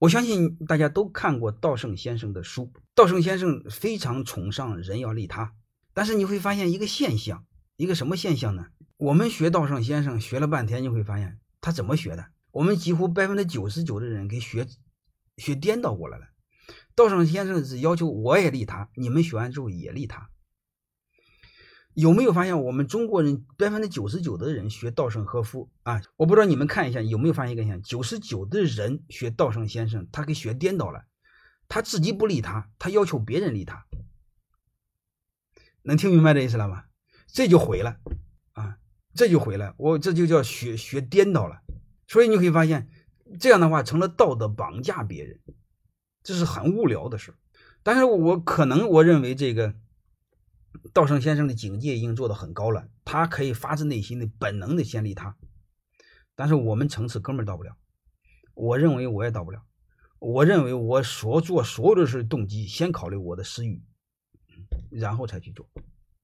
我相信大家都看过稻盛先生的书，稻盛先生非常崇尚人要利他，但是你会发现一个现象，一个什么现象呢？我们学稻盛先生学了半天，你会发现他怎么学的？我们几乎99%的人给学颠倒过来了。稻盛先生是要求我也利他，你们学完之后也利他。有没有发现我们中国人99%的人学稻盛和夫啊？我不知道你们看一下有没有发现一个现象，99%的人学稻盛先生，他给学颠倒了，他自己不利他，他要求别人利他。能听明白这意思了吗？这就毁了啊，这就毁了，这就叫学颠倒了。所以你会发现这样的话成了道德绑架别人，这是很无聊的事。但是我认为这个稻盛先生的境界已经做得很高了，他可以发自内心的本能的先利他，但是我们层次根本到不了。我认为我也到不了。我认为我做所有的事动机先考虑我的私欲，然后才去做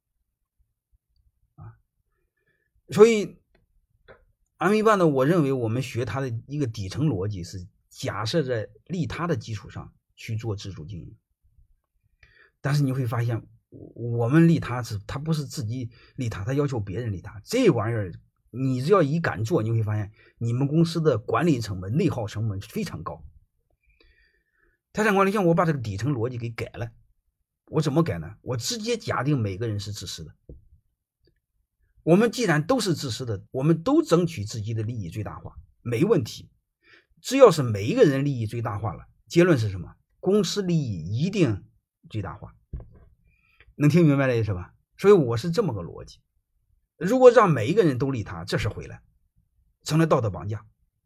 啊。所以阿米巴呢，我认为我们学它的一个底层逻辑是假设在利他的基础上去做自主经营。但是你会发现我们利他他不是自己利他，他要求别人利他。这玩意儿你只要一敢做，你会发现你们公司的管理成本、内耗成本非常高。财产管理像我把这个底层逻辑给改了。我怎么改呢？我直接假定每个人是自私的。我们既然都是自私的，我们都争取自己的利益最大化，没问题。只要是每一个人利益最大化了，结论是什么？公司利益一定最大化。能听明白这意思吧？所以我是这么个逻辑。如果让每一个人都利他，这事毁了，成了道德绑架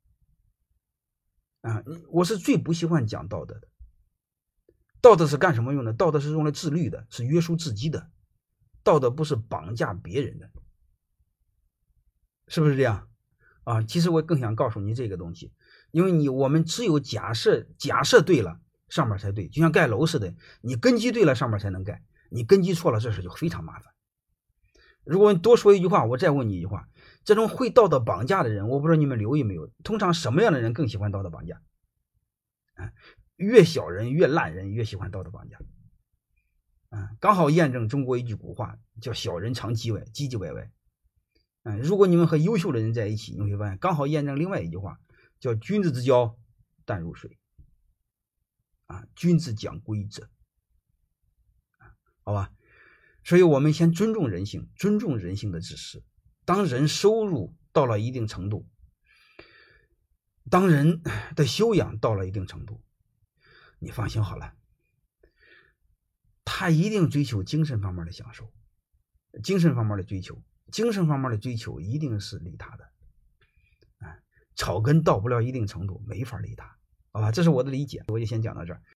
啊！我是最不喜欢讲道德的。道德是干什么用的？道德是用来自律的，是约束自己的。道德不是绑架别人的，是不是这样啊？其实我更想告诉你这个东西，因为我们只有假设对了，上面才对，就像盖楼似的，你根基对了，上面才能盖。你根基错了，这事就非常麻烦。如果你多说一句话，我再问你一句话，这种会道德绑架的人，我不知道你们留意没有，通常什么样的人更喜欢道德绑架？越小人越烂人越喜欢道德绑架。刚好验证中国一句古话，叫小人常唧唧歪歪。如果你们和优秀的人在一起，你会发现刚好验证另外一句话，叫君子之交淡如水。君子讲规则。好吧，所以我们先尊重人性，尊重人性的自私。当人收入到了一定程度，当人的修养到了一定程度，你放心好了，他一定追求精神方面的享受，精神方面的追求一定是利他的。草根到不了一定程度没法利他。好吧，这是我的理解，我就先讲到这儿。